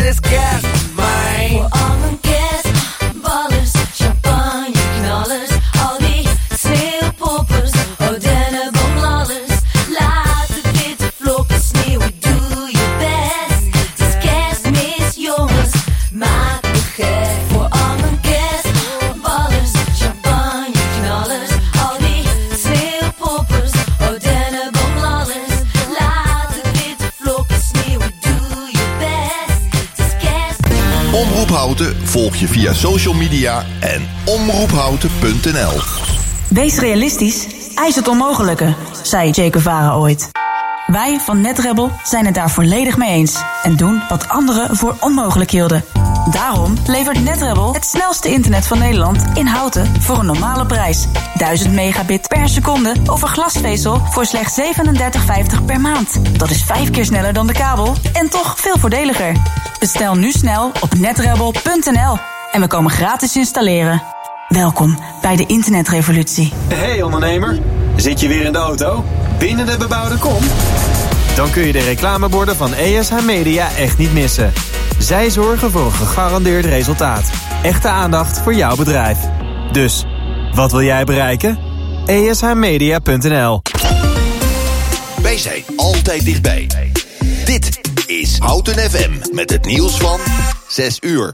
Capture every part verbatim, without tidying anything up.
is gas, man. Voor al mijn kerstballers, champagne knallers, al die sneeuwpoppers, oh dennenboomlallers. Laat het witte vlokken sneeuwen, doe je best. Het is kerstmis, jongens, maak me gek. Voor al mijn kerstballers, champagne knallers, al die sneeuwpoppers, oh dennenboomlallers. Laat het witte vlokken sneeuwen, doe je best. Het is kerstmis. Omroep Houten volg je via social media en omroephouten punt n l. Wees realistisch, eis het onmogelijke, zei Che Guevara ooit. Wij van NetRebel zijn het daar volledig mee eens en doen wat anderen voor onmogelijk hielden. Daarom levert NetRebel het snelste internet van Nederland in Houten voor een normale prijs. duizend megabit per seconde over glasvezel voor slechts zevenendertig vijftig per maand. Dat is vijf keer sneller dan de kabel en toch veel voordeliger. Bestel nu snel op netrebel punt n l en we komen gratis installeren. Welkom bij de internetrevolutie. Hey ondernemer, zit je weer in de auto? Binnen de bebouwde kom? Dan kun je de reclameborden van E S H Media echt niet missen. Zij zorgen voor een gegarandeerd resultaat. Echte aandacht voor jouw bedrijf. Dus, wat wil jij bereiken? e s h media punt n l. Wij zijn altijd dichtbij. Dit is Houten F M met het nieuws van zes uur.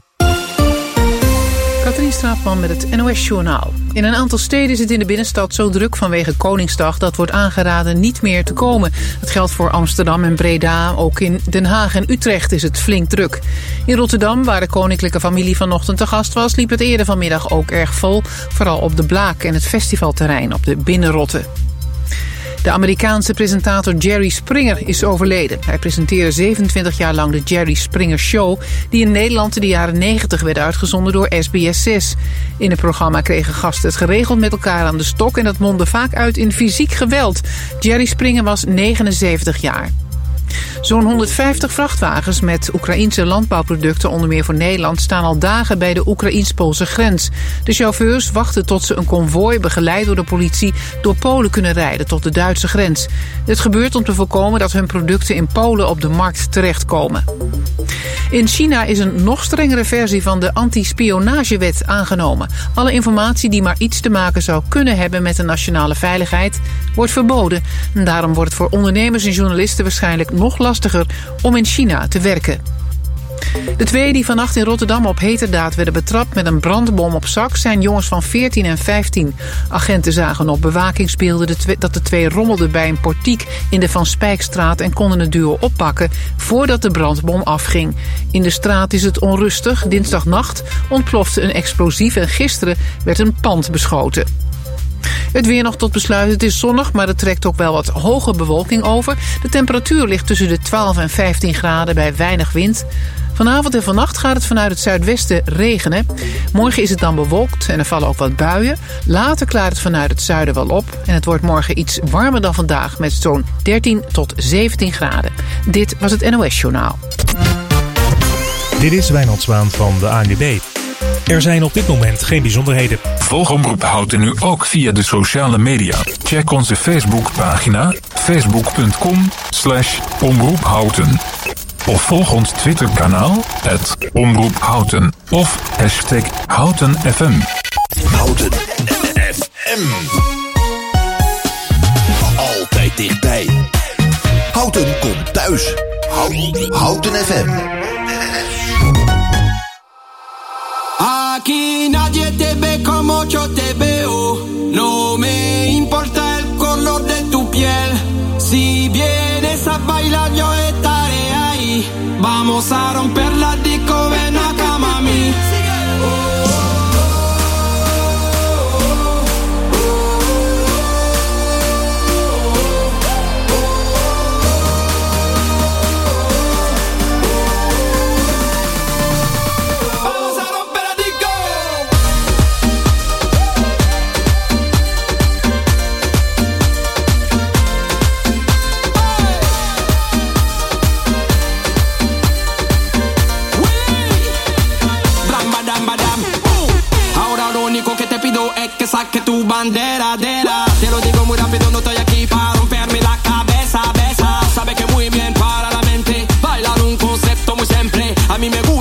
Katrien Straatman met het N O S-journaal. In een aantal steden is het in de binnenstad zo druk vanwege Koningsdag dat wordt aangeraden niet meer te komen. Dat geldt voor Amsterdam en Breda. Ook in Den Haag en Utrecht is het flink druk. In Rotterdam, waar de koninklijke familie vanochtend te gast was, liep het eerder vanmiddag ook erg vol. Vooral op de Blaak en het festivalterrein op de Binnenrotte. De Amerikaanse presentator Jerry Springer is overleden. Hij presenteerde zevenentwintig jaar lang de Jerry Springer Show, die in Nederland in de jaren negentig werd uitgezonden door S B S zes. In het programma kregen gasten het geregeld met elkaar aan de stok en dat mondde vaak uit in fysiek geweld. Jerry Springer was negenenzeventig jaar. Zo'n honderdvijftig vrachtwagens met Oekraïense landbouwproducten, onder meer voor Nederland, staan al dagen bij de Oekraïens-Poolse grens. De chauffeurs wachten tot ze een konvooi, begeleid door de politie, door Polen kunnen rijden tot de Duitse grens. Dit gebeurt om te voorkomen dat hun producten in Polen op de markt terechtkomen. In China is een nog strengere versie van de anti-spionagewet aangenomen. Alle informatie die maar iets te maken zou kunnen hebben met de nationale veiligheid wordt verboden. En daarom wordt het voor ondernemers en journalisten waarschijnlijk nog lastiger om in China te werken. De twee die vannacht in Rotterdam op heterdaad werden betrapt met een brandbom op zak zijn jongens van veertien en vijftien. Agenten zagen op bewakingsbeelden de twee, dat de twee rommelden bij een portiek in de Van Spijkstraat en konden het duo oppakken voordat de brandbom afging. In de straat is het onrustig. Dinsdagnacht ontplofte een explosief en gisteren werd een pand beschoten. Het weer nog tot besluit. Het is zonnig, maar er trekt ook wel wat hoge bewolking over. De temperatuur ligt tussen de twaalf en vijftien graden bij weinig wind. Vanavond en vannacht gaat het vanuit het zuidwesten regenen. Morgen is het dan bewolkt en er vallen ook wat buien. Later klaart het vanuit het zuiden wel op. En het wordt morgen iets warmer dan vandaag met zo'n dertien tot zeventien graden. Dit was het N O S-journaal. Dit is Wijnand Zwaan van de A N W B. Er zijn op dit moment geen bijzonderheden. Volg Omroep Houten nu ook via de sociale media. Check onze Facebookpagina facebook punt com slash omroephouten. Of volg ons Twitterkanaal at Omroep Houten. Of hashtag Houten F M. Houten F M. Altijd dichtbij. Houten komt thuis. Houten, Houten F M. Aquí nadie te ve como yo te veo. No me importa el color de tu piel. Si vienes a bailar yo estaré ahí. Vamos a romper la disco, ven acá mami. Saque tu bandera, de la. Te lo digo muy rápido, no estoy aquí para romperme la cabeza, besa. Sabe que muy bien para la mente. Bailar un concepto muy simple. A mí me gusta.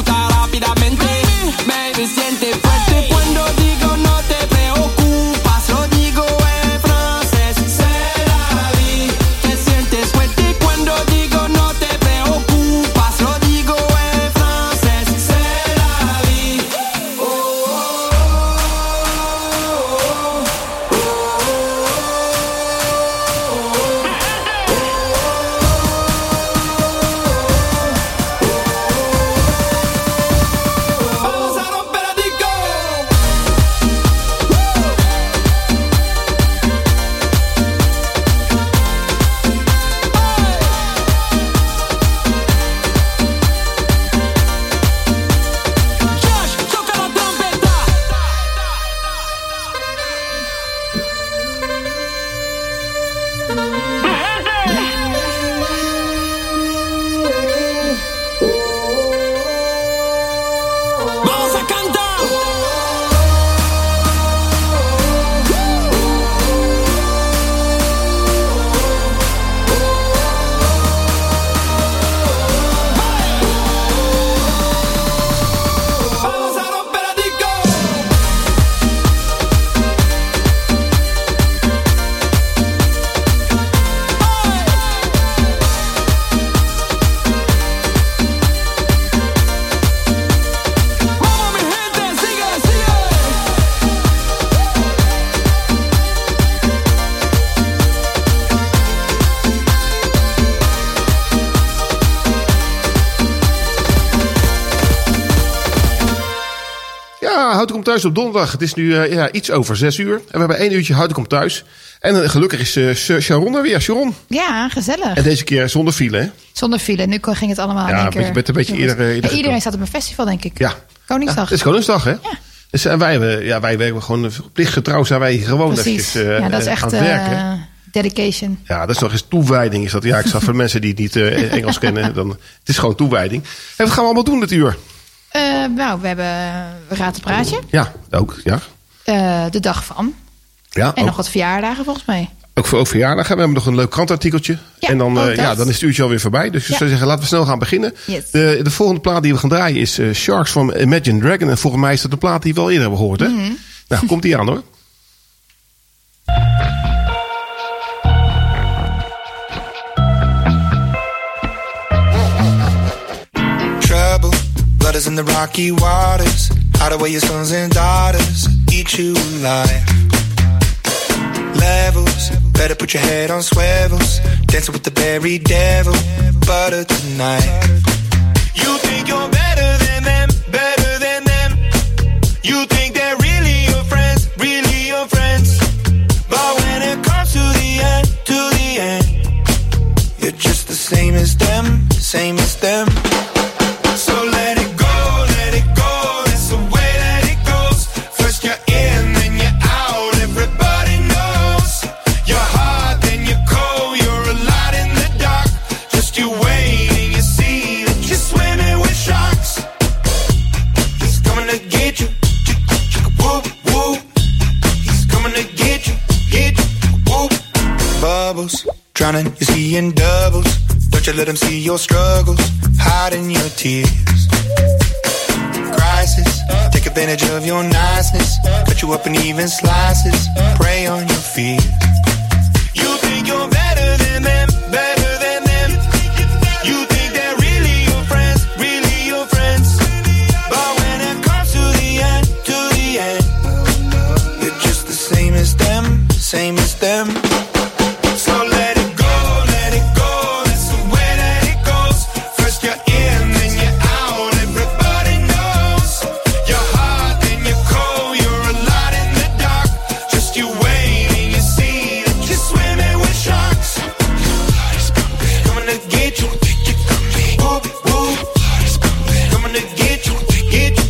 Houten komt thuis op donderdag. Het is nu uh, ja, iets over zes uur. En we hebben één uurtje Houten komt thuis. En uh, gelukkig is uh, Sharon er weer. Sharon. Ja, gezellig. En deze keer zonder file, hè? Zonder file. Nu ging het allemaal ja, in één keer. Ja, een beetje, een beetje eerder. Uh, iedereen komt. Staat op een festival, denk ik. Ja. Koningsdag. Ja, het is Koningsdag, hè? Ja. Dus, en wij, hebben, ja, wij werken gewoon plichtgetrouw. Zijn wij gewoon eventjes uh, ja, dat is echt, aan het werken. Uh, dedication. Ja, dat is nog eens toewijding. Is dat. Ja, ik zag voor mensen die het niet uh, Engels kennen. Dan, het is gewoon toewijding. En wat gaan we allemaal doen dit uur? Uh, nou, we hebben Raad en Praatje. Ja, ook. Ja. Uh, de dag van. Ja, en ook. nog wat verjaardagen volgens mij. Ook voor ook verjaardagen. We hebben nog een leuk krantartikeltje. Ja, en dan, uh, ja, dan is het uurtje alweer voorbij. Dus ik ja. zou zeggen, laten we snel gaan beginnen. Yes. De, de volgende plaat die we gaan draaien is uh, Sharks van Imagine Dragon. En volgens mij is dat een plaat die we al eerder hebben gehoord. Hè? Mm-hmm. Nou, komt die aan hoor. Trouble, blood is in the rocky waters. Hide away your sons and daughters, eat you alive. Levels, better put your head on swivels. Dancing with the very devil, butter tonight. You think you're better than them, better than them. You think they're really your friends, really your friends. But when it comes to the end, to the end, you're just the same as them, same as them. So let it go, let it go, that's the way that it goes. First you're in, then you're out, everybody knows. You're hot, then you're cold, you're a light in the dark. Just you wait and you see that you're swimming with sharks. He's coming to get you, whoop, whoop. He's coming to get you, get you, whoop. Bubbles, drowning, you see in doubles. Don't you let him see your struggles, hiding your tears. Crisis, take advantage of your niceness. Cut you up in even slices, prey on your fears. You think you're better than them, better than them. You think they're really your friends, really your friends. But when it comes to the end, to the end, you're just the same as them, same as them. So let it go, let it go, that's the way that it goes. First you're in, then you're out, everybody knows. You're hot, then you're cold, you're a light in the dark. Just you wait and you see that you're swimming with sharks. Coming to get you, whoop, whoop. Coming to get you, get you.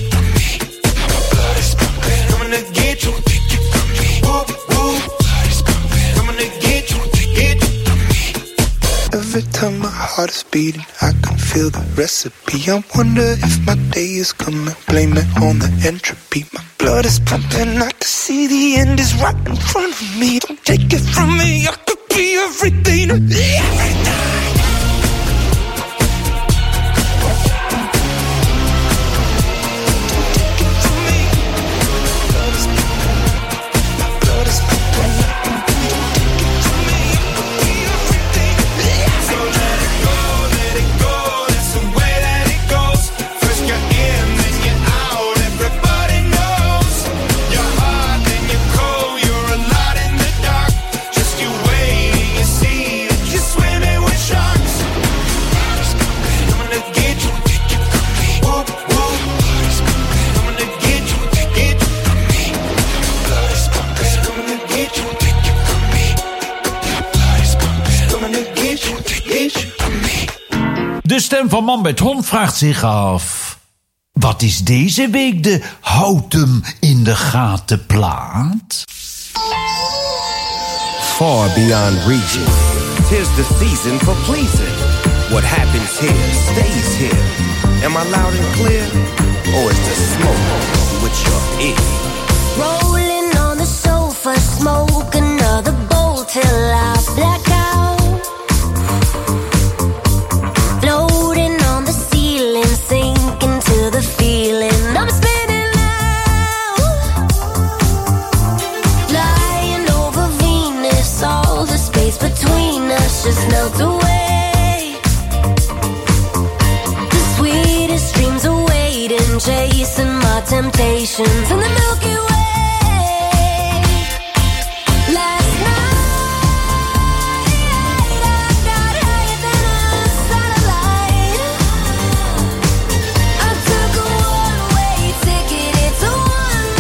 Coming to get you, whoop, whoop. Coming to get you, get you. Every time my heart is beating, I can feel the recipe. I wonder if my day is coming. Blame it on the entropy. My blood is pumping, I can see the end is right in front of me. Don't take it from me, I could be everything, everything. De stem van Man met Hond vraagt zich af: wat is deze week de Houten in de gaten plaat? Far beyond region, 'tis the season for pleasing. What happens here stays here. Am I loud and clear? Or is the smoke with your ear? Rolling on the sofa, smoke another bowl till I black out. Floating on the ceiling, sinking to the feeling. I'm spinning now. Flying over Venus, all the space between us just melt away. The sweetest dreams are waiting, chasing my temptations in the Milky Way. Last night I got higher than a satellite. I took a one-way ticket, it's a one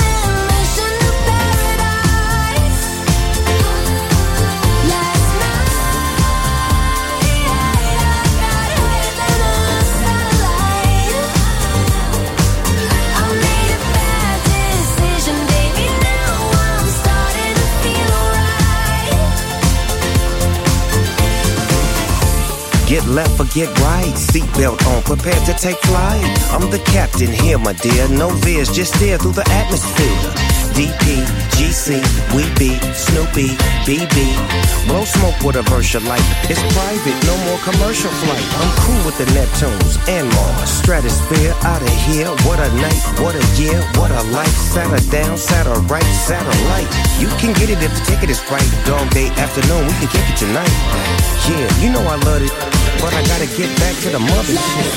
get left or get right. Seatbelt on, prepared to take flight. I'm the captain here, my dear. No veers, just steer through the atmosphere. D P, G C, we be Snoopy, B B. Blow smoke with a Versha light. It's private, no more commercial flight. I'm cool with the Neptunes and Mars. Stratosphere, out of here. What a night, what a year, what a life. Saturday down, Saturday right, satellite. You can get it if the ticket is right. Dog day afternoon, we can kick it tonight. Yeah, you know I love it, but I gotta get back to the mother shit.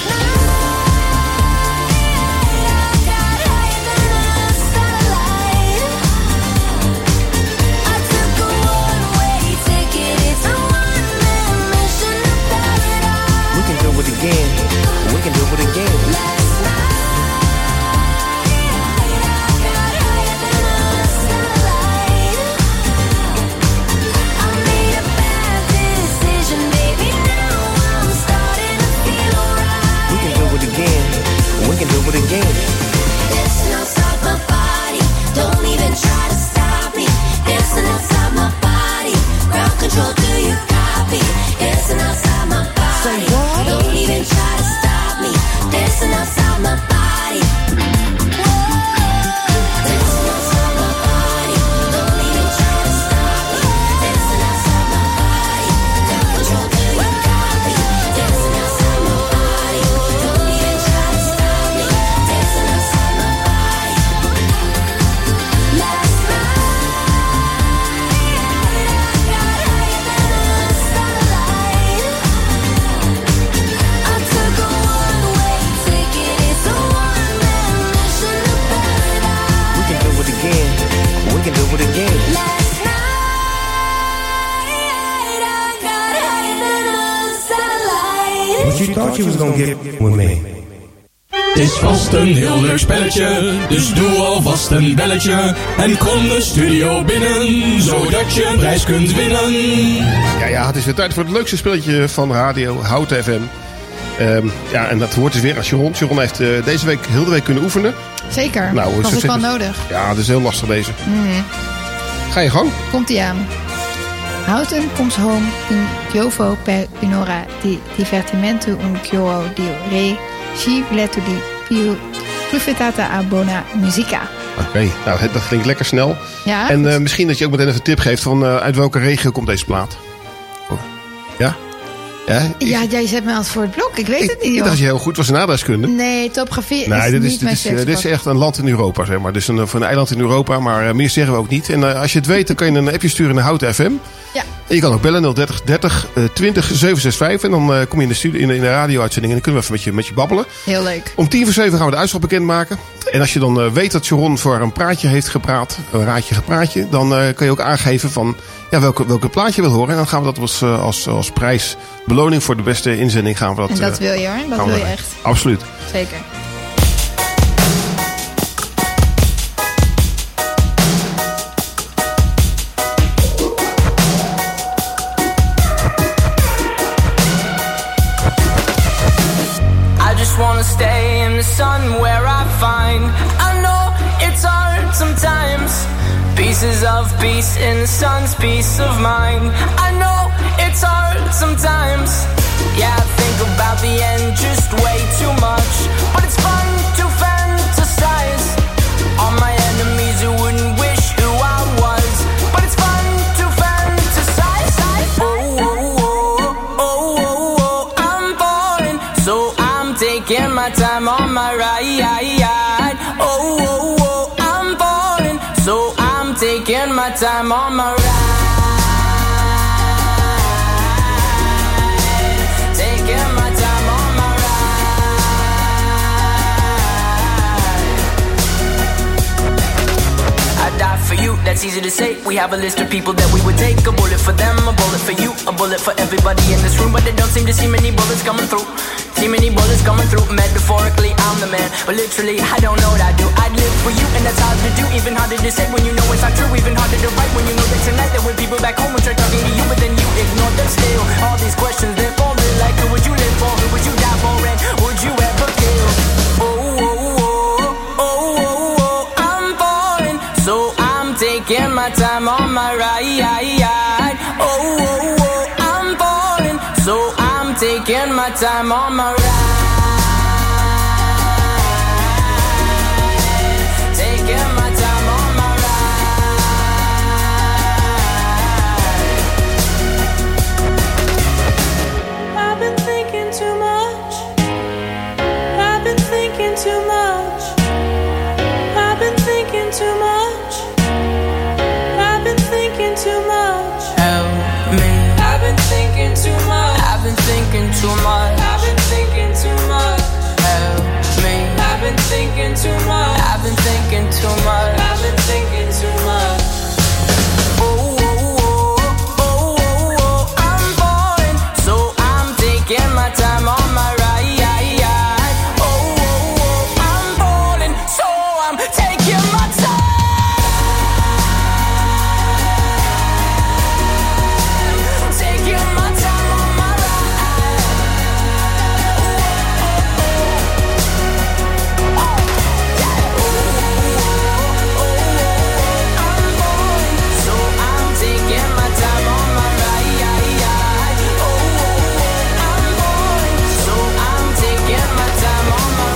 Again, we can do it again. Last night, I got higher than a satellite. I made a bad decision, baby. Now I'm starting to feel alright. We can do it again. We can do it again. Dancing outside my body. Don't even try to stop me. Dancing outside my body. Ground control, do you copy? Dancing outside my body. Say what? Don't even try to stop me. Dancing outside my body. Dancing outside my body. Don't even try to stop me. Dancing outside my body. Ground control, do you copy? Dancing outside my body. Don't even try to stop me. Dancing outside my body. Last night, I got higher than a satellite. I took a one-way ticket. It's a one-man mission to paradise. We can do it again. We can do it again. Last night, I got higher than a satellite. What you thought you was gonna get with me? Het is vast een heel leuk spelletje, dus doe alvast een belletje en kom de studio binnen, zodat je een prijs kunt winnen. Ja, ja, het is weer tijd voor het leukste spelletje van radio, Houten F M. Um, ja, en dat hoort dus weer aan Sharon. Sharon heeft uh, deze week heel de week kunnen oefenen. Zeker, Nou, was ze ook wel zegt- nodig. Ja, dat is heel lastig deze. Mm. Ga je gang. Komt-ie aan. Houten comes home un giovo per un'ora di divertimento un gioco di re ci biglietto di più profitata a buona musica. Oké, nou, het- dat klinkt lekker snel. Ja, en goed. uh, misschien dat je ook meteen even een tip geeft van uh, uit welke regio komt deze plaat. Oh. Ja? Ja? Ja, jij zet me altijd voor het blok. Ik weet het niet, Ik joh. dacht dat je heel goed was in aardrijkskunde. Nee, topografie Nee, is dit is, niet dit, mijn is, sterkste dit is vak. echt een land in Europa, zeg maar. Dus een, van een eiland in Europa, maar uh, meer zeggen we ook niet. En uh, als je het weet, dan kan je een appje sturen naar Houten F M. Ja. En je kan ook bellen nul dertig dertig uh, twintig zeven zes vijf. En dan uh, kom je in de, studio, in de, in de radio-uitzending en dan kunnen we even met je, met je babbelen. Heel leuk. Om tien voor zeven gaan we de uitslag bekendmaken. En als je dan uh, weet dat Sharon voor een praatje heeft gepraat, een raadje gepraatje, dan uh, kan je ook aangeven van ja, welke, welke plaat je wil horen. En dan gaan we dat als, uh, als, als prijs, beloning voor de beste inzending gaan we dat. En dat uh, wil je hoor, dat gaan we wil je doen. echt. Absoluut. Zeker. I just wanna stay in the sun where I find I know it's hard sometimes. Pieces of peace in the sun's peace of mind. I know it's hard sometimes. Yeah, I think about the end just way too much. But it's fun to fantasize. All my enemies who wouldn't wish who I was. But it's fun to fantasize. Oh, oh, oh, oh, oh, oh, I'm falling, so I'm taking my time on my ride. Oh, oh, oh, I'm falling, so I'm taking my time on my ride. Taking my time on my ride. I die for you, that's easy to say. We have a list of people that we would take. A bullet for them, a bullet for you, a bullet for everybody in this room. But they don't seem to see many bullets coming through. See many bullets coming through. Metaphorically, I'm the man, but literally, I don't know what I do. I'd live for you, and that's hard to do. Even harder to say when you know it's not true. Even harder to write when you know that tonight there were people back home who tried talking to you, but then you ignored them still. All these questions, they're falling like who would you live for? Who would you die for? And would you ever kill? Oh, oh, oh, oh, oh, oh, I'm falling, so I'm taking my time on my ride. Oh, oh, oh, I'm falling, so I'm taking my time on my ride. Taking my time on my ride. I've been thinking too much. I've been thinking too much. I've been thinking too much. I've been thinking too much. Help me. I've been thinking too much. I've been thinking too much. I've been thinking too much. Help me. I've been thinking too much. I've been thinking too much. I've been thinking too much. Oh, oh, oh, oh, oh, oh. I'm falling, so I'm taking my time on my ride. Oh, oh, oh, I'm falling, so I'm taking my time. Taking my time on my ride. Oh, yeah. I'm falling, so I'm taking my time on my ride. Oh, I'm falling, so I'm taking my time on my.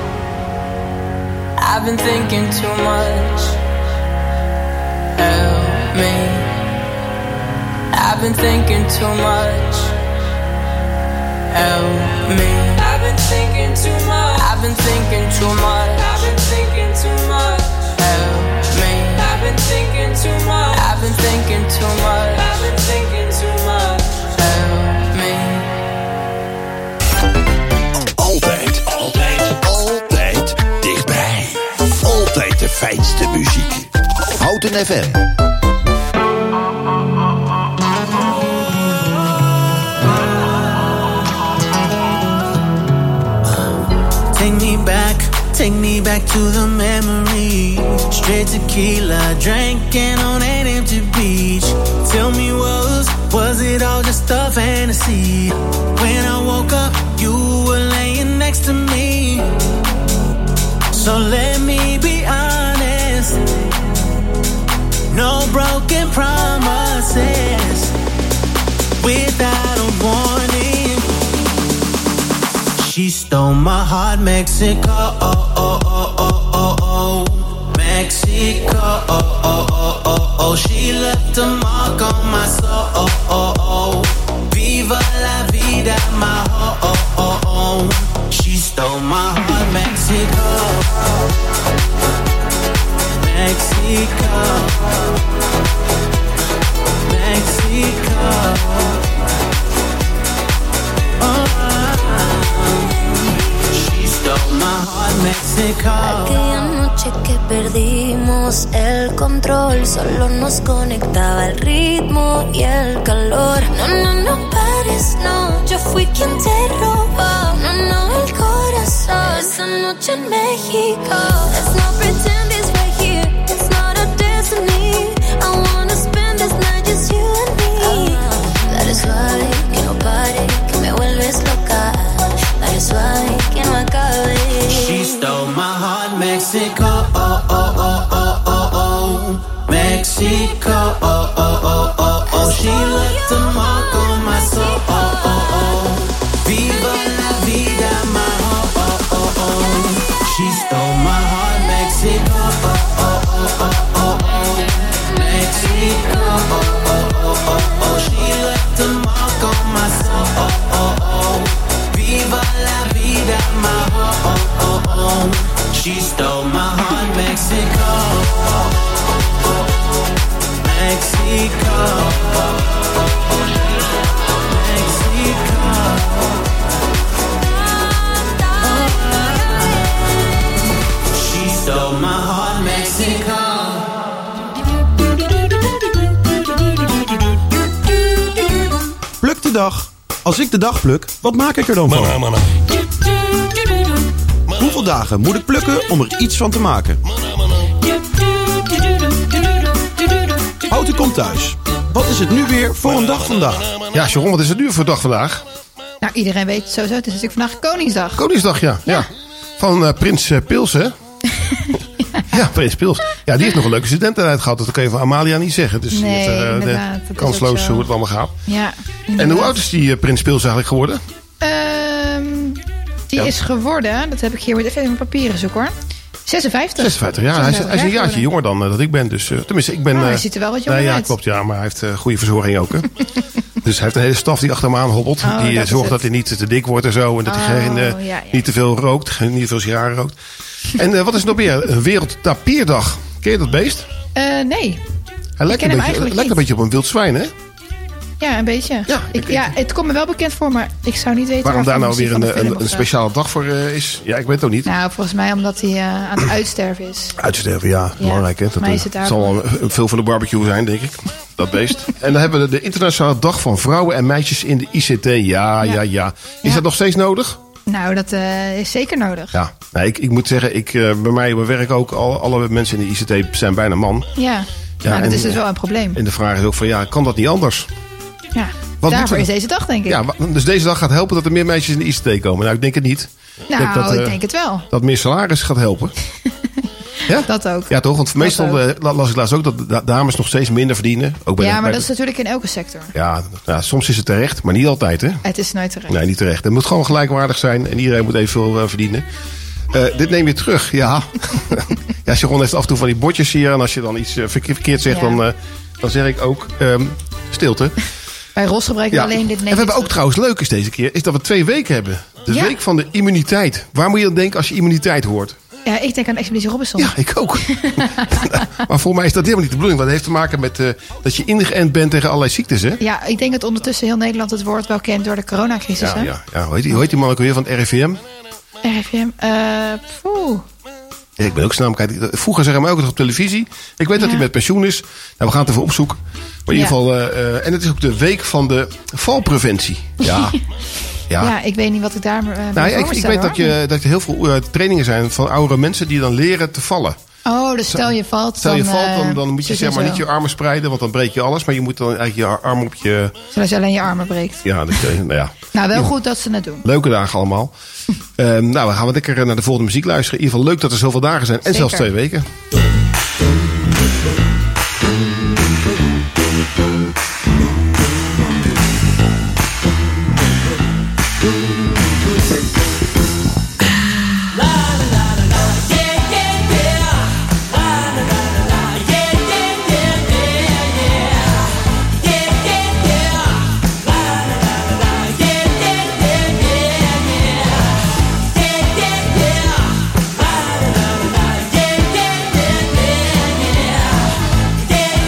I've been thinking too much. Help me. I've been thinking too much. Help me. I've been thinking too much. I've been thinking too much. I've been thinking too much. Help me. I've been thinking too much. I've been thinking too much. I've been thinking too much. Help me. Altijd, altijd, altijd dichtbij. Altijd de fijnste muziek. Houten F M. Take me back, take me back to the memory. Straight tequila, drinking on an empty beach. Tell me, was, was it all just a fantasy? When I woke up, you were laying next to me. So let me be honest. No broken promises. Without a warning. She stole my heart, Mexico, oh, oh, oh, oh, oh, oh. Mexico, oh, oh, oh, oh, oh. She left a mark on my soul, oh, oh, oh. Viva la vida, my oh, oh, oh, oh. She stole my heart, Mexico, Mexico, Mexico. Aquella noche que perdimos el control, solo nos conectaba el ritmo y el calor. No, no, no pares, no, yo fui quien te robó. No, no, el corazón. Esa noche en México. Let's not pretend it's right here, it's not a destiny. I wanna spend this night just you and me. Dale suave, que no pare, que me vuelves loca. Dale suave, que no acabe. She stole my heart, Mexico, oh, oh, oh, oh, oh, oh. Mexico, oh, oh, oh, oh, oh. She left a mark on my soul, oh, oh, oh. Viva la vida, my oh, oh, oh, oh. She stole my heart, Mexico, oh, oh, oh, oh, oh, oh. Mexico, oh, oh, oh, oh, oh. She left a mark on my soul, oh, oh, oh. Viva la vida, my oh, oh, oh, oh. She stole my heart, Mexico, Mexico, Mexico. She stole my heart, Mexico. Pluk de dag. Als ik de dag pluk, wat maak ik er dan van? Mana, mana. Hoeveel dagen moet ik plukken om er iets van te maken? Houten komt thuis. Wat is het nu weer voor een dag vandaag? Ja, Sharon, wat is het nu voor dag vandaag? Nou, iedereen weet het sowieso. Het is natuurlijk vandaag Koningsdag. Koningsdag, ja. ja. Ja. Van uh, Prins uh, Pils, hè? Ja, Prins Pils. Ja, die heeft nog een leuke studententijd gehad. Dat kan je van Amalia niet zeggen. Dus Nee, die heeft, uh, inderdaad, dat is kansloos ook zo. hoe het allemaal gaat. Ja, En inderdaad. hoe oud is die uh, Prins Pils eigenlijk geworden? Ehm, die Ja. is geworden, dat heb ik hier, moet even in mijn papieren zoeken hoor. zesenvijftig. zesenvijftig jaar. Hij is, hij is een jaartje jonger dan uh, dat ik ben. Dus, uh, tenminste, ik ben... Oh, hij uh, ziet er wel wat jonger nee, ja, uit. klopt. Ja, maar hij heeft uh, goede verzorging ook. Hè. Dus hij heeft een hele staf die achter hem aan hobbelt. Oh, die uh, dat is zorgt het. dat hij niet te dik wordt en zo. En dat hij Oh, geen, uh, ja, ja. niet te veel rookt. geen- Niet te veel sigaren rookt. En uh, wat is het nog meer? Een Wereldtapierdag. Ken je dat beest? Eh, nee. Hij lijkt, ken een hem beetje, eigenlijk lijkt een niet. beetje op een wild zwijn, hè? Ja, een beetje. Ja, ik, ja, het komt me wel bekend voor, maar ik zou niet weten Waarom daar nou waarvan weer muziek een, van de film een, een of zo. speciale dag voor uh, is? Ja, ik weet het ook niet. Nou, volgens mij omdat hij uh, aan het uitsterven is. Uitsterven, ja, belangrijk hè. Dat mij uh, is het daar zal wel een- veel van de barbecue zijn, denk ik. Dat beest. En dan hebben we de Internationale Dag van Vrouwen en Meisjes in de I C T. Ja, ja, ja. Is Ja. dat nog steeds nodig? Nou, dat uh, is zeker nodig. Ja. Nou, ik, ik moet zeggen, ik, uh, bij mij bij werk ook, al, alle mensen in de I C T zijn bijna man. Ja, Ja, nou, dat en- is dus wel een probleem. En de vraag is ook van, ja, kan dat niet anders? Ja, Wat daarvoor moeten is we- deze dag, denk ik. Ja, wa- dus deze dag gaat helpen dat er meer meisjes in de I C T komen. Nou, ik denk het niet. nou, ik denk dat, ik uh, denk het wel. dat meer salaris gaat helpen. Ja? Dat ook. Ja, toch? Want meestal ook. uh, la- las ik laatst ook dat da- dames nog steeds minder verdienen. Ook bij Ja, de- maar bij dat is de- natuurlijk in elke sector. ja, ja, soms is het terecht, maar niet altijd, hè? Het is nooit terecht. Nee, niet terecht. Het moet gewoon gelijkwaardig zijn en iedereen moet evenveel uh, verdienen. Uh, dit neem je terug, ja. Ja, Sharon heeft af en toe van die bordjes hier. En als je dan iets uh, verke- verkeerd zegt, Ja. dan, uh, dan zeg ik ook um, stilte. Bij Ros gebruiken Ja. we alleen dit En we hebben ook terug. trouwens leuk is deze keer, is dat we twee weken hebben. De Ja. week van de immuniteit. Waar moet je dan denken als je immuniteit hoort? Ja, ik denk aan Expeditie Robinson. Ja, ik ook. Maar voor mij is dat helemaal niet de bedoeling. Want het heeft te maken met uh, dat je ingeënt bent tegen allerlei ziektes, hè? Ja, ik denk dat ondertussen heel Nederland het woord wel kent door de coronacrisis. Ja, hè? ja, ja. Hoe, heet die, hoe heet die man ook weer van het R I V M? R F M. eh poeh. Ja, ik ben ook snel aan het kijken. Vroeger zeggen we elke dag op televisie. Ik weet dat Ja. hij met pensioen is. Nou, we gaan het even opzoeken. Maar in Ja. ieder geval, uh, uh, en het is ook de week van de valpreventie. Ja. Ja. Ja. ik weet niet wat ik daar uh, Nou, ja, ik, ik weet dat, je, dat er heel veel uh, trainingen zijn van oudere mensen die dan leren te vallen. Oh, dus stel je valt. Stel je dan, valt, dan, eh, dan moet je zit zeg maar zo. niet je armen spreiden, want dan breek je alles. Maar je moet dan eigenlijk je ar- arm op je... Zodat je alleen je armen breekt. Ja, dat, uh, nou ja. Nou, wel Ja. goed dat ze het doen. Leuke dagen allemaal. um, nou, we gaan we lekker naar de volgende muziek luisteren. In ieder geval leuk dat er zoveel dagen zijn. En Zeker. zelfs twee weken. Yeah.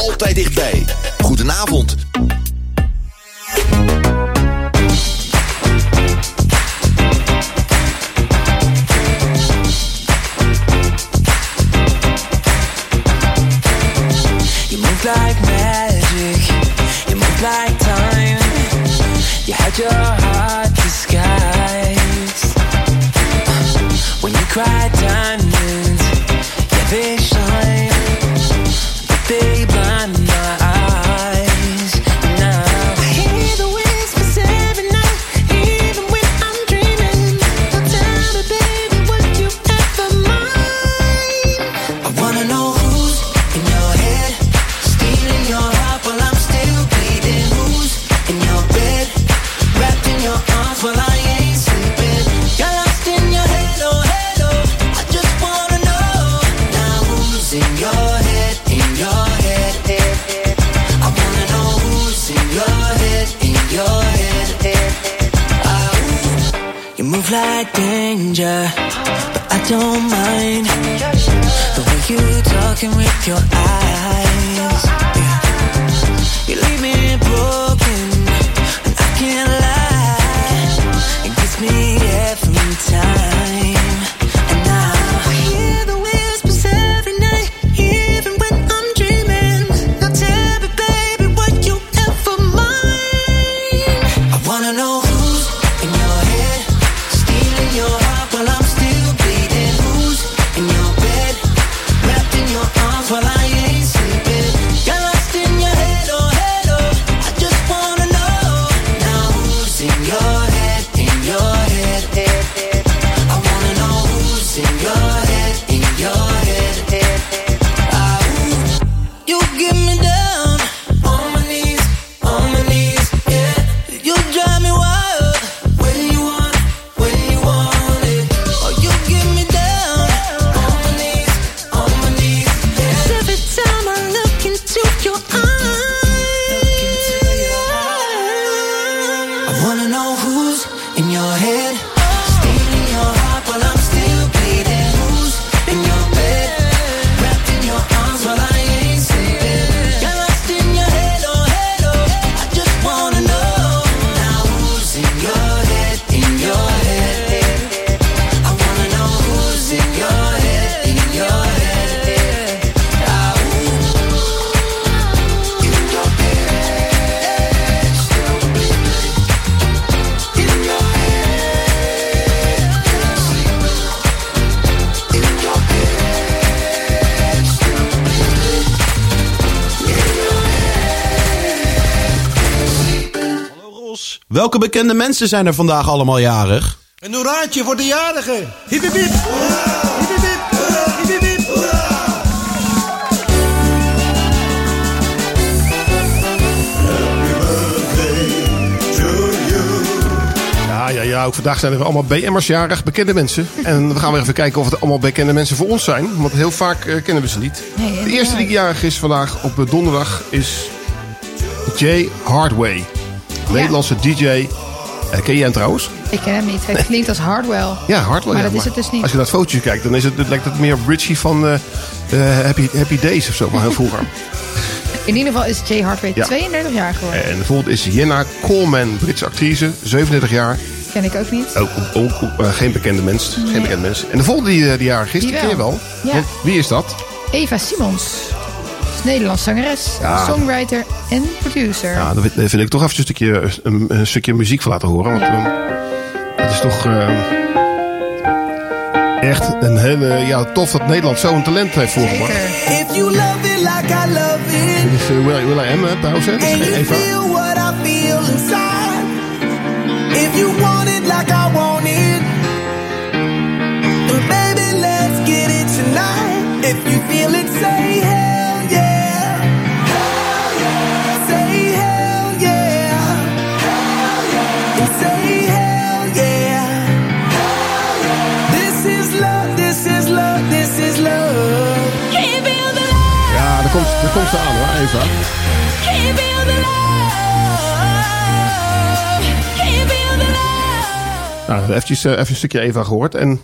altijd dichtbij. Goedenavond. You move like magic, you move like time. You had your heart disguised. When you cry diamonds, yeah they shine, but they blind my eyes. Now I hear the whispers every night, even when I'm dreaming. So tell me baby, would you ever mind? I wanna know who's in your head, stealing your heart while I'm still bleeding. Who's in your bed, wrapped in your arms while I ain't sleeping. You're lost in your head, oh head, oh. I just wanna know now who's in your head, in your head, head, head. I wanna know who's in your head, in your head, head, head. Ah, ooh. You move like danger, but I don't mind the way you talking with your eyes. Yeah. You leave me broken, and I can't lie. It gets me every time. And now I hear the whispers every night, even when I'm dreaming. Now tell me, baby, would you ever mind? I wanna know who's in your head, stealing your heart while I'm still bleeding. Who's in your bed, wrapped in your arms while I ain't sleeping. You're lost in your head, oh head, oh. I just wanna know now who's in your head, in your head, head, head. I wanna know who's in your head, in your head, head, head. Ah, ooh. You get me down on my knees, on my knees, yeah. You drive me wild when you want, when you want it. Oh, you get me down on my knees, on my knees, yeah. 'Cause every time I look into your eyes, I wanna know who's in your head, stealing your heart while I'm still bleeding. Who's in your bed, wrapped in your arms while I ain't sleeping. You're lost in your head, oh head, oh. I just wanna know now who's in your head, in your head, head, head. I wanna know who's in your head, in your head, head. Ah, ooh. In your head, still bleeding. In your head, sleeping. In your head, still bleeding. In your head, sleeping. Hallo Ros, welke bekende mensen zijn er vandaag allemaal jarig? Een hoeraatje voor de jarigen. Hip hip hip. Hip hip hip. Hip hip hip. Ja, ja, ja. Ook vandaag zijn er allemaal B M'ers jarig, bekende mensen. En we gaan weer even kijken of het allemaal bekende mensen voor ons zijn. Want heel vaak uh, kennen we ze niet. Nee, de eerste die jarig is vandaag op uh, donderdag is Jay Hardway. Nederlandse D J. Uh, ken jij hem trouwens? Ik ken hem niet. Hij klinkt als Hardwell. Ja, Hardwell. Maar ja, dat is het dus niet. Als je naar het fotootje kijkt, dan is het, het lijkt het meer op Richie van uh, uh, Happy, Happy Days of zo. Maar heel vroeger. In ieder geval is Jay Hardway Ja. tweeëndertig jaar geworden. En de volgende is Jenna Coleman, Britse actrice, zevenendertig jaar. Ken ik ook niet. Ook, ook, ook uh, geen bekende mens. Nee. Geen bekende mens. En de volgende die, uh, die jarig is, die, Die ken je wel. wel. Ja. Want wie is dat? Eva Simons. Is Nederlands zangeres, Ja. songwriter en producer. Ja, daar wil ik toch even een stukje, een, een stukje muziek van laten horen. Want uh, het is toch uh, echt een hele, ja, tof dat Nederland zo'n talent heeft voorgebracht. If you love it like I love it, Dit is uh, Will, Will I Am, hè, trouwens. Hè? Dat is and geen you Eva. feel what I feel inside, if you want it like I want it, then baby let's get it tonight. If you feel it, say hell yeah. Hell yeah. Say hell yeah. Hell yeah. And say hell yeah. Hell yeah. This is love, this is love, this is love. Can you feel the love? Ja, daar komt, daar komt ze aan hoor, Eva. Can you feel the love? Can you feel the love? Nou, eventjes, uh, even een stukje Eva gehoord. En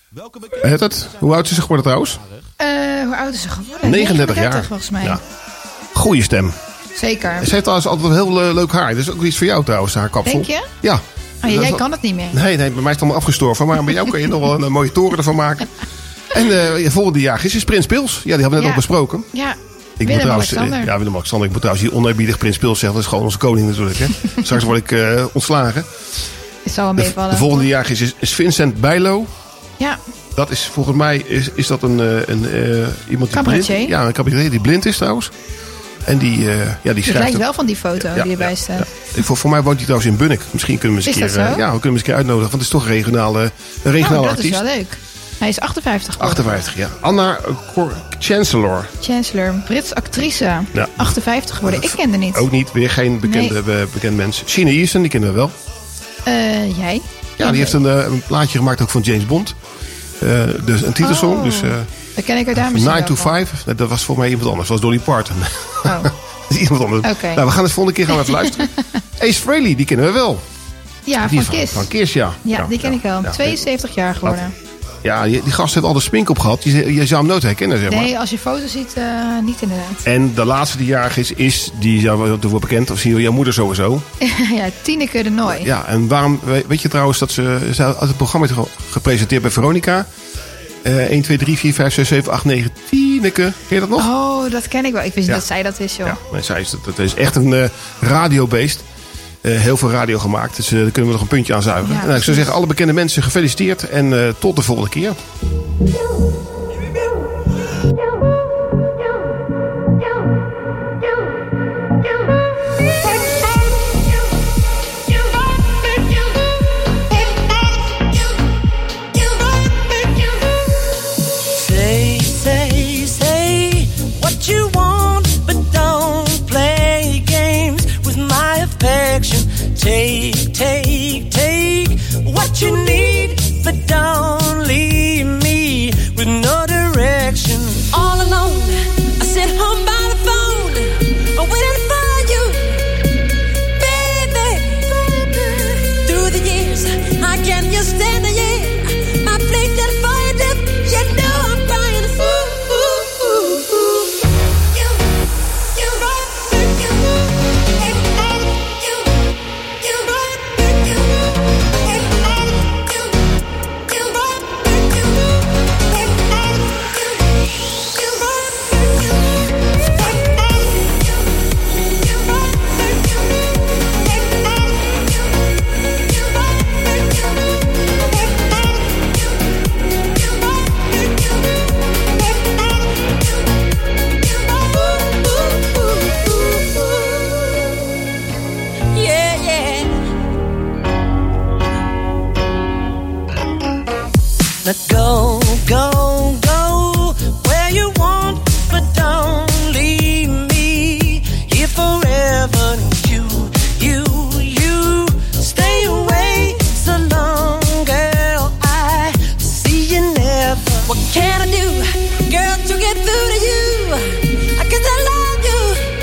het het? Hoe oud is ze geworden trouwens? Uh, hoe oud is ze geworden? negenendertig jaar. volgens mij. Ja. Goeie stem. Zeker. Ze heeft trouwens altijd een heel uh, leuk haar. Dat is ook iets voor jou trouwens, haar kapsel. Denk je? Ja. Oh, jij kan het niet meer. Nee, nee, bij mij is het allemaal afgestorven. Maar bij jou kan je nog wel een, een mooie toren ervan maken. En uh, ja, volgende jaar is, is Prins Pils. Ja, die hebben we net ja. al besproken. Ja. Ik Willem-Alexander. Ja, Willem-Alexander. Ik moet trouwens hier oneerbiedig Prins Pils zeggen. Dat is gewoon onze koning natuurlijk. Hè. Straks word ik uh, ontslagen. Het zal hem de, meevallen. de volgende jaar is, is Vincent Bijlo. Ja. Dat is volgens mij is, is dat een, een uh, iemand die blind, ja, een cabaretier die blind is trouwens. En die, uh, ja, die schrijft. Het lijkt wel van die foto ja, die erbij ja, staat. Ja. Voor, voor mij woont hij trouwens in Bunnik. Misschien kunnen we eens een is keer, dat zo? uh, ja, we kunnen hem eens een keer uitnodigen. Want het is toch een regionale, een regionale oh, dat artiest. is wel leuk. Hij is achtenvijftig geworden. achtenvijftig, ja. Anna Cor- Chancellor. Chancellor, Brits actrice. Ja. achtenvijftig geworden. Ik kende niet. Ook niet, weer geen bekende, nee. uh, bekend mens. Sheena Easton, die kennen we wel. Uh, jij? Ja, die heeft een, uh, een plaatje gemaakt ook van James Bond. Uh, dus een titelsong. Oh, dus, uh, dat ken ik uit daar misschien nine to five. Dat was voor mij iemand anders. Dat was Dolly Parton. Oh. Dat is iemand anders. Okay. Nou, we gaan het volgende keer gaan we even luisteren. Ace Frehley, die kennen we wel. Ja, die van Kiss. Van Kiss, ja. Ja, ja die ken ja, ik wel. ja. tweeënzeventig jaar geworden. Ja, die, die gast heeft al de smink op gehad. Je, je zou hem nooit herkennen, zeg maar. Nee, als je foto's ziet, uh, niet inderdaad. En de laatste die jarig is, is die jou wordt bekend. Of zie je jouw moeder sowieso. Ja, Tineke de Nooi. Ja, en waarom, weet je trouwens dat ze, ze had het programma gepresenteerd bij Veronica. Uh, één, twee, drie, vier, vijf, zes, zeven, acht, negen, Tineke. Ken je dat nog? Oh, dat ken ik wel. Ik wist niet ja. dat zij dat is, joh. Ja, nee, zij is, dat, dat is echt een uh, radiobeest. Uh, heel veel radio gemaakt, dus uh, daar kunnen we nog een puntje aan zuigen. Ja, en, nou, ik zou zeggen, alle bekende mensen gefeliciteerd en uh, tot de volgende keer. Say, say, say what you want, but don't play games with my affection. Take, take, take what you need, but don't leave me with no direction. All alone, I sit home by the phone, waiting for you, baby. Through the years, I can't just stand the year. My plate just for you, dip. You know I'm crying. Ooh, ooh, ooh, ooh. You, you, you, yeah, yeah. Now go, go, go where you want, but don't leave me here forever. You, you, you stay away so long, girl. I see you never. What can I do, girl, to get through to you? I guess I love you,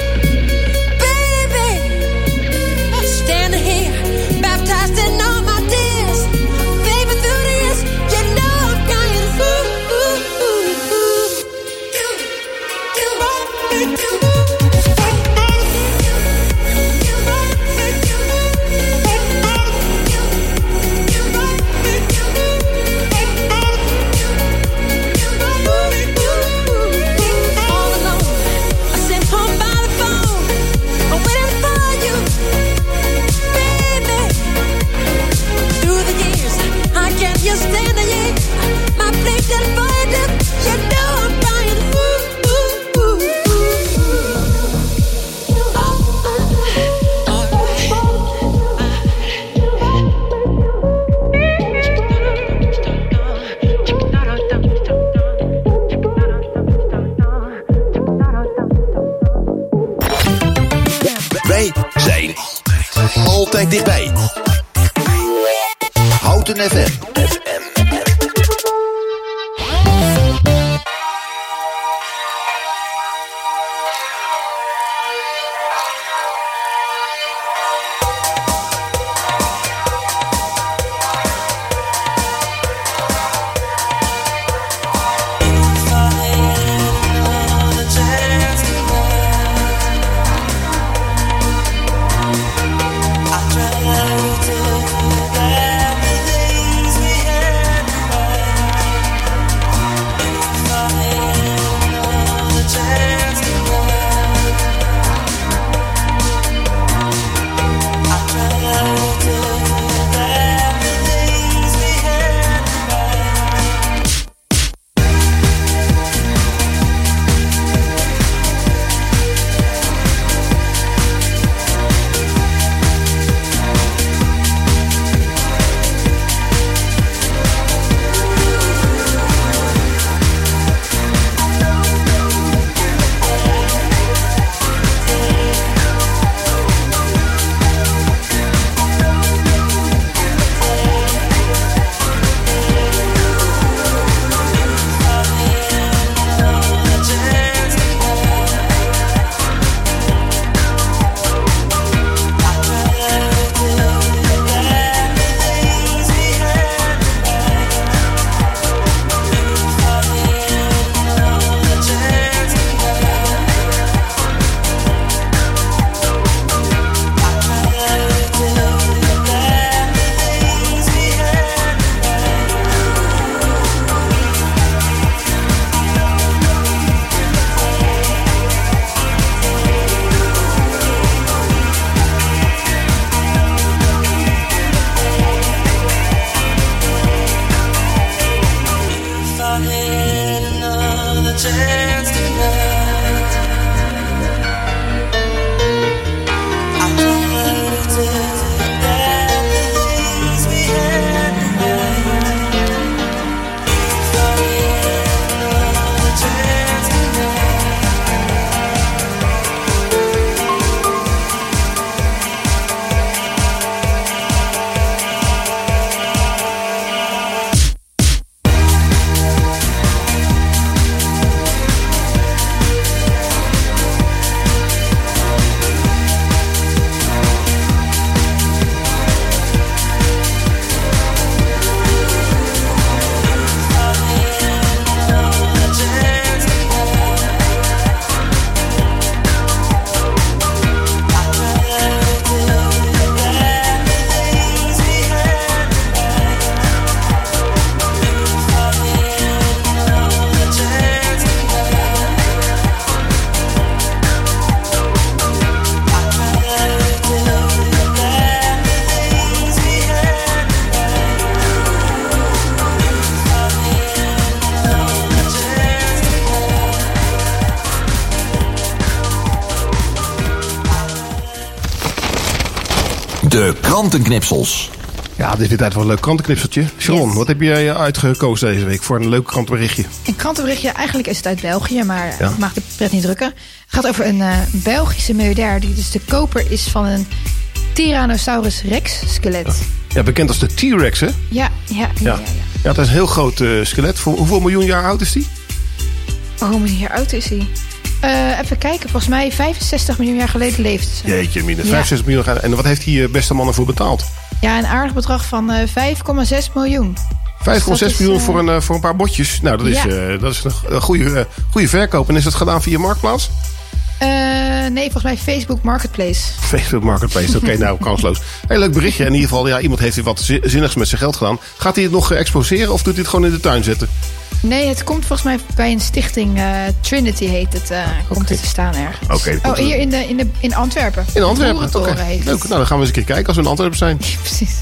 baby. Standing here, baptized in all my tears, baby. Through the years, you know I'm crying. Ooh, ooh, ooh, ooh. You, you, you, you. All alone, I sit home by the phone, waiting for you, baby. Through the years, I can't just stand the year. My plate just burned up. You know I'm crying. Ooh, ooh, ooh, Wij zijn altijd dichtbij. Houten F M. ooh. De krantenknipsels. Ja, dit is weer tijd voor een leuk krantenknipseltje. Sharon, yes. Wat heb jij uitgekozen deze week voor een leuk krantenberichtje? Een krantenberichtje, eigenlijk is het uit België, maar ja. ik mag de pret niet drukken. Het gaat over een uh, Belgische miljardair die dus de koper is van een Tyrannosaurus Rex skelet. Ja, bekend als de T-Rex, hè? Ja, ja, ja. ja, ja. ja het is een heel groot uh, skelet. Voor, hoeveel miljoen jaar oud is die? Oh, hoe miljoen jaar oud is hij? Uh, even kijken, volgens mij vijfenzestig miljoen jaar geleden leefde ze. Jeetje, minder. vijfenzestig miljoen jaar. En wat heeft die beste man ervoor betaald? Ja, een aardig bedrag van uh, vijf komma zes miljoen. vijf komma zes dus miljoen uh, voor, een, uh, voor een paar botjes. Nou, dat is, ja. uh, dat is een goede, uh, goede verkoop. En is dat gedaan via Marktplaats? Uh, nee, volgens mij Facebook Marketplace. Facebook Marketplace, oké, okay, nou, kansloos. Heel leuk berichtje. In ieder geval, ja, iemand heeft hier wat zinnigs met zijn geld gedaan. Gaat hij het nog exposeren of doet hij het gewoon in de tuin zetten? Nee, het komt volgens mij bij een stichting, uh, Trinity heet het, uh, komt okay. het te staan ergens. Okay, oh, hier in, de, in, de, in Antwerpen. In Antwerpen, oké. Okay. Leuk, nou dan gaan we eens een keer kijken als we in Antwerpen zijn. Ja, precies.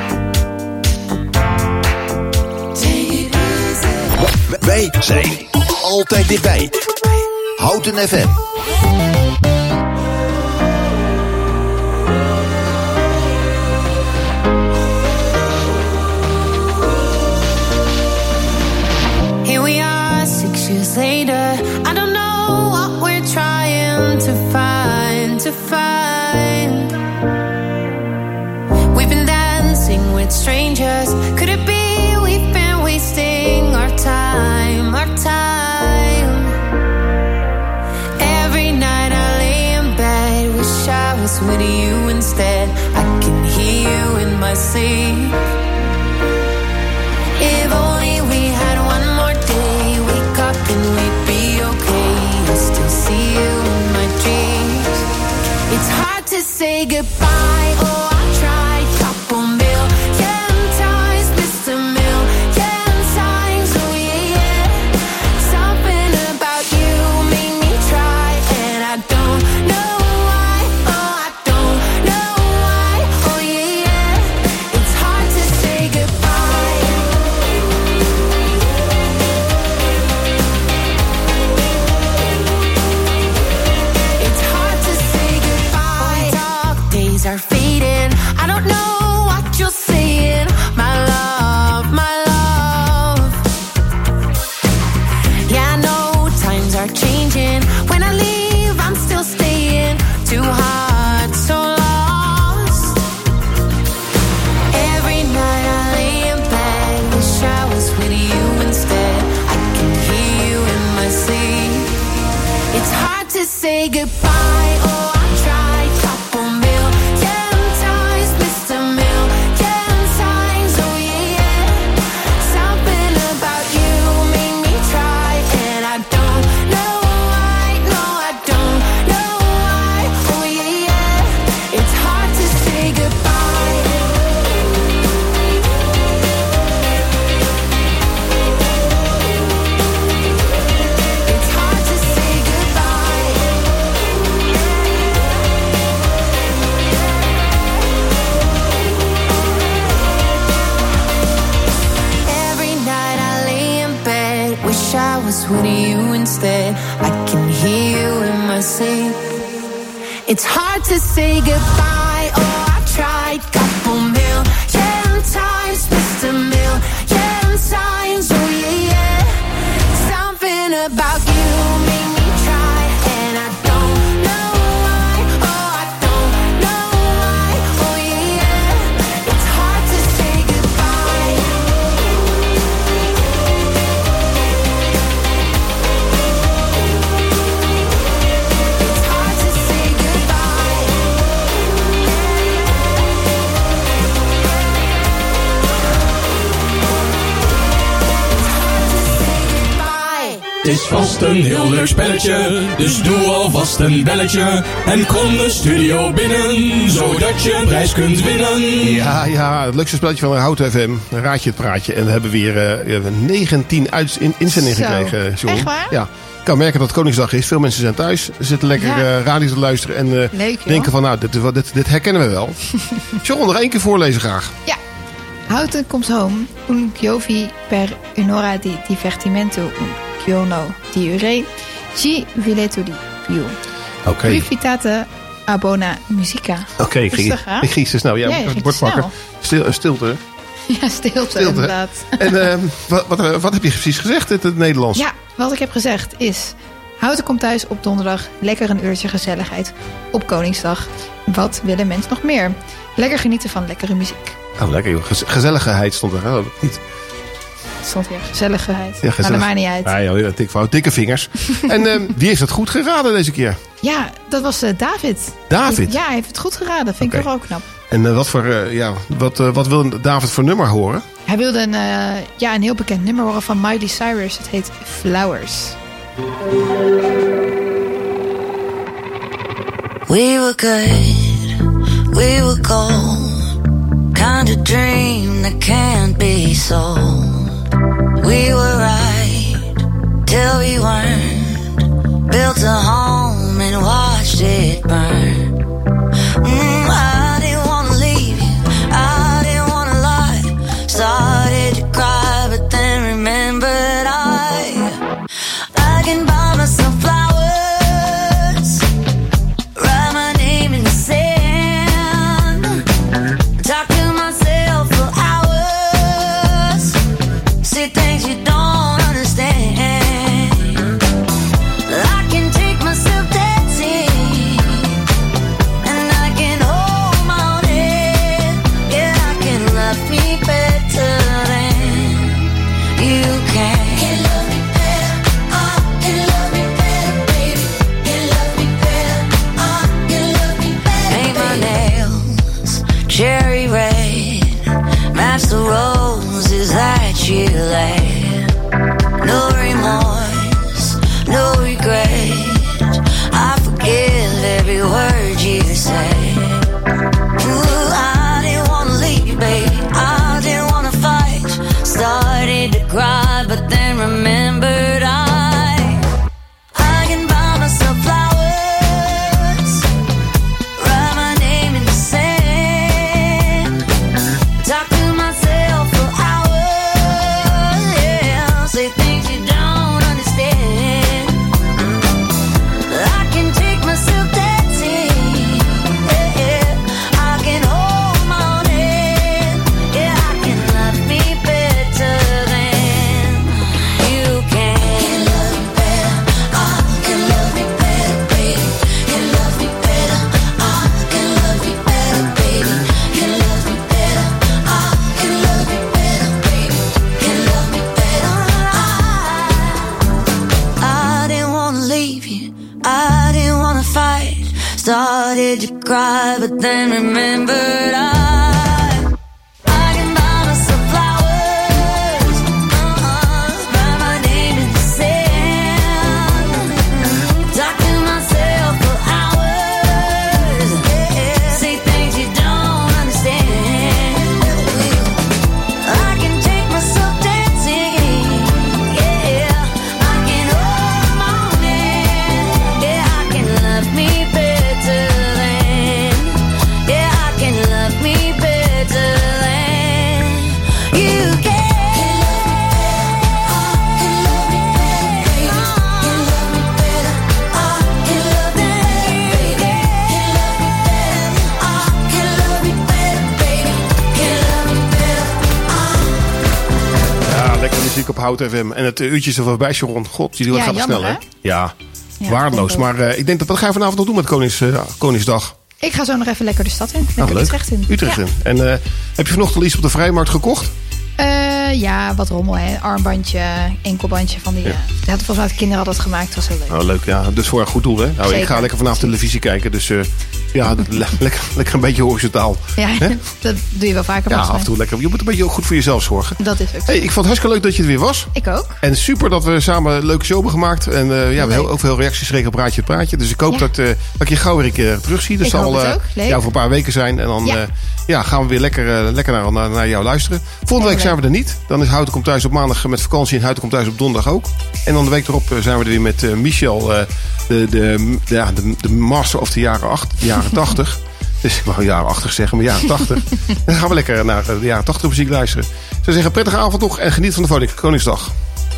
Wij zijn Altijd dichtbij. Houten F M. Here we are, six years later. I don't know what we're trying to find, to find. We've been dancing with strangers. Could it be we've been wasting our time, our time? Every night I lay in bed, wish I was with you instead. I can hear you in my sleep. If only we had one more day, wake up and we'd be okay. I still see you in my dreams. It's hard to say goodbye. Oh, I tried couple million times, missed a million times. Oh yeah, yeah. Something about you made me try, and I don't know why. Oh, I don't know why. Oh yeah, yeah. It's hard to say goodbye. It's hard to say goodbye. Dark days are fading. I don't know what you're saying, my love, my love. Yeah, I know times are changing. When I leave, I'm still staying. Too hard, so lost. Every night I lay in bed, wish I was with you instead. I can hear you in my sleep. It's hard to say goodbye. Oh, I tried couple million times, missed a million times. Oh yeah, yeah. Something about you made me try, and I don't know why. No, I don't know why. Oh yeah, yeah. It's hard to say goodbye. It's hard to say goodbye. Every night I lay in bed, wish I was with you instead. I can hear you in my sleep. It's hard to say goodbye. Oh, I tried couple million times, missed a million times. Oh yeah, yeah. Something about you made me try, and I don't know why. Oh, I don't know why. Oh yeah, yeah. It's hard to say goodbye. It's hard to say goodbye. Het is vast een heel leuk spelletje, dus doe alvast een belletje. En kom de studio binnen, zodat je een prijs kunt winnen. Ja, ja, het leukste spelletje van Houten F M. Raad je het praatje. En we hebben weer uh, negentien uit in, inzendingen Zo. gekregen, John. Echt waar? Ja. Ik kan merken dat het Koningsdag is. Veel mensen zijn thuis, zitten lekker Ja. uh, radio te luisteren. En uh, Leuk, joh. denken van, nou, dit, dit, dit herkennen we wel. John, nog één keer voorlezen graag. Ja. Houten comes home, un giovi per un'ora di divertimento, un giorno di ore, ci biglietto di più. Oké. Okay. Rifitate a buona musica. Oké, okay, ik, ging, ik ging te snel. Ja, ja je het ging bord te pakken. snel. Stil, stilte. Ja, stilte, stilte. inderdaad. En uh, wat, wat, wat heb je precies gezegd in het Nederlands? Ja, wat ik heb gezegd is... Houten komt thuis op donderdag. Lekker een uurtje gezelligheid op Koningsdag. Wat willen mensen nog meer? Lekker genieten van lekkere muziek. Oh, lekker joh. Gez- gezelligheid stond er. Oh, niet. Het stond weer gezelligheid. Ja, gezellig. Maar dat maakt niet uit. Ah, joh, dik fout. Dikke vingers. En uh, wie heeft het goed geraden deze keer? Ja, dat was uh, David. David? Ja, hij heeft het goed geraden. Vind Okay. ik toch ook knap. En uh, wat, voor, uh, ja, wat, uh, wat wil David voor nummer horen? Hij wilde een, uh, ja, een heel bekend nummer horen van Miley Cyrus. Het heet Flowers. We were good, we were gold. Kind of dream that can't be sold. We were right till we weren't. Built a home and watched it burn. Mm, I didn't wanna leave you, I didn't wanna lie. Started to cry but then remembered I you laugh. No remorse, no regret. I forgive every word you say. Ooh, I didn't wanna leave you, babe. I didn't wanna fight. Started to cry, but then remembered I I can buy myself flowers, write my name in the sand, talk to myself for hours, yeah, say things you don't understand. I can take myself dancing, yeah, yeah. I can hold my own hand, yeah, I can love me better than you can. Can love me better, I can love me better, baby. Can love me better, I can love me better, baby. Can love me better, I can love me better, baby. Can love me better, I I didn't wanna leave you, I didn't wanna fight. Started to cry, but then remembered I I can buy myself flowers, uh-uh, write my name in the sand, talk to myself for hours, yeah, say things you don't understand. I can take myself dancing, yeah, I can hold my own hand, yeah, I can love me better than, yeah, I can love me better than you can. Ja, lekker muziek op Hout F M. En het uh, uurtje is er voorbij, Sharon. God, die Ja, gaat jammer, snel, hè? hè? Ja, Ja, waardeloos. tempo. Maar uh, ik denk dat wat ga je vanavond nog doen met Konings, uh, Koningsdag? Ik ga zo nog even lekker de stad in. Lekker Nou, leuk. Utrecht in. Utrecht Ja. in. En uh, heb je vanochtend iets op de Vrijmarkt gekocht? Eh, ja, wat rommel, hè. Armbandje, enkelbandje van die... Ja. Ja. Dat had volgens mij de kinderen hadden het gemaakt. Dat was heel leuk. Nou, leuk. Ja, dus voor een goed doel, hè? Nou, ik Zeker. ga lekker vanavond televisie kijken. Dus uh, ja, le- lekker, lekker een beetje horizontaal. Ja, Hè? dat doe je wel vaker Ja, volgens af en toe lekker. Je moet een beetje ook goed voor jezelf zorgen. mij. Dat is ook zo. Hey, ik vond het hartstikke leuk dat je er weer was. Ik ook. En super dat we samen een leuke show hebben gemaakt. En uh, ja, we hebben heel, ook veel reacties gekregen op Praatje het Praatje. Dus ik hoop Ja. dat, uh, dat ik je gauw weer een keer terugzie. Dus Ik zal hoop het uh, ook. Leuk. ja, over een paar weken zijn. En dan Ja. uh, ja, gaan we weer lekker, uh, lekker naar, naar, naar jou luisteren. Volgende week zijn we er niet. Dan is Houten komt thuis op maandag met vakantie. En Houten komt thuis op donderdag ook. En dan de week erop uh, zijn we er weer met uh, Michel. Uh, de, de, de, ja, de, de master of de jaren, acht, de jaren tachtig. Dus ik wou jaren achtig zeggen, maar jaren tachtig. Dan gaan we lekker naar de jaren tachtig muziek luisteren. Ik zou zeggen, prettige avond nog en geniet van de Vodik Koningsdag.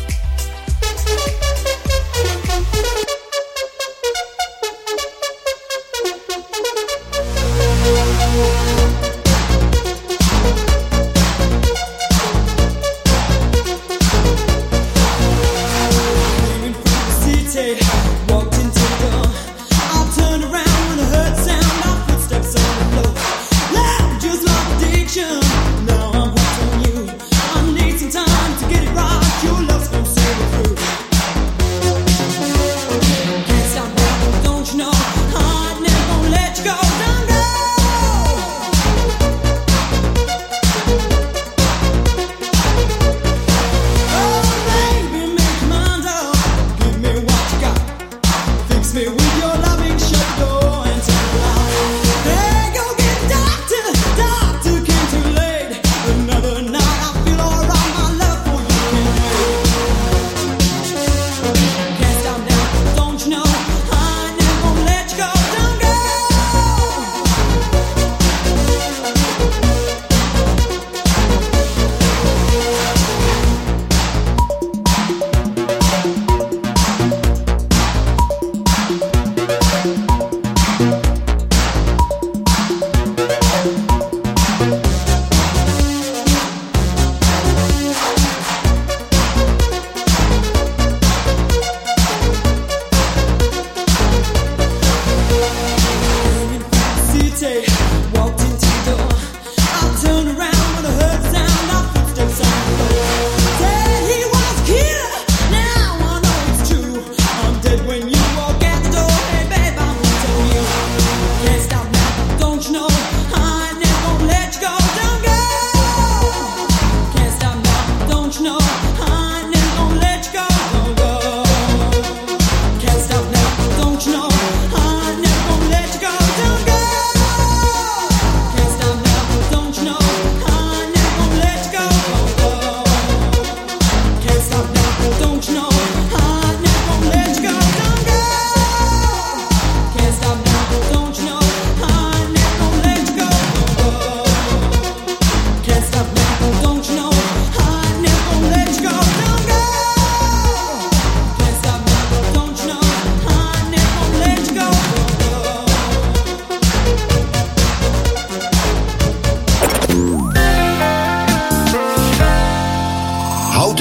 Walked into the door. I turned around when I heard the sound of footsteps on the floor. Loud, just like addiction. Now I'm hooked on you. I need some time to get it right. Your love.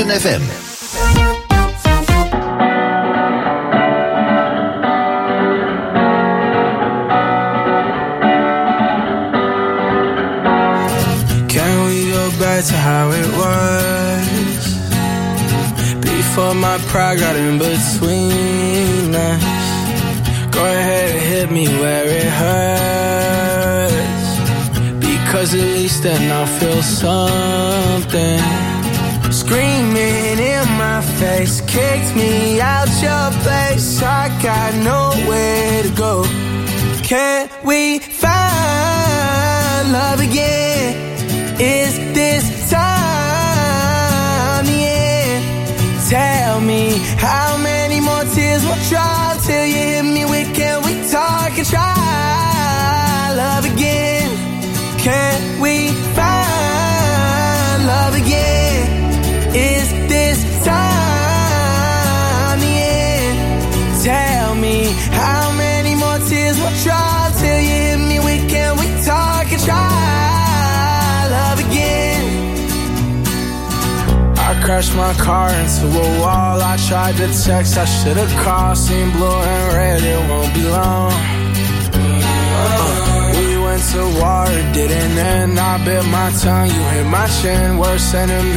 Houten F M. Can we go back to how it was before my pride got in between us? Go ahead and hit me where it hurts, because at least then I'll feel something. Screaming in my face, kicked me out your place. I got nowhere to go. Can we find love again? Is this time the end? Tell me how many more tears will drop till you hit me with, can we talk and try love again? Can we find love again? Is this time the end? Tell me how many more tears will drop till you hit me with, can we talk and try love again? I crashed my car into a wall. I tried to text, I should've called. Seen blue and red, it won't be long. uh, We went to war, it didn't end. I bit my tongue, you hit my chin. Worst enemy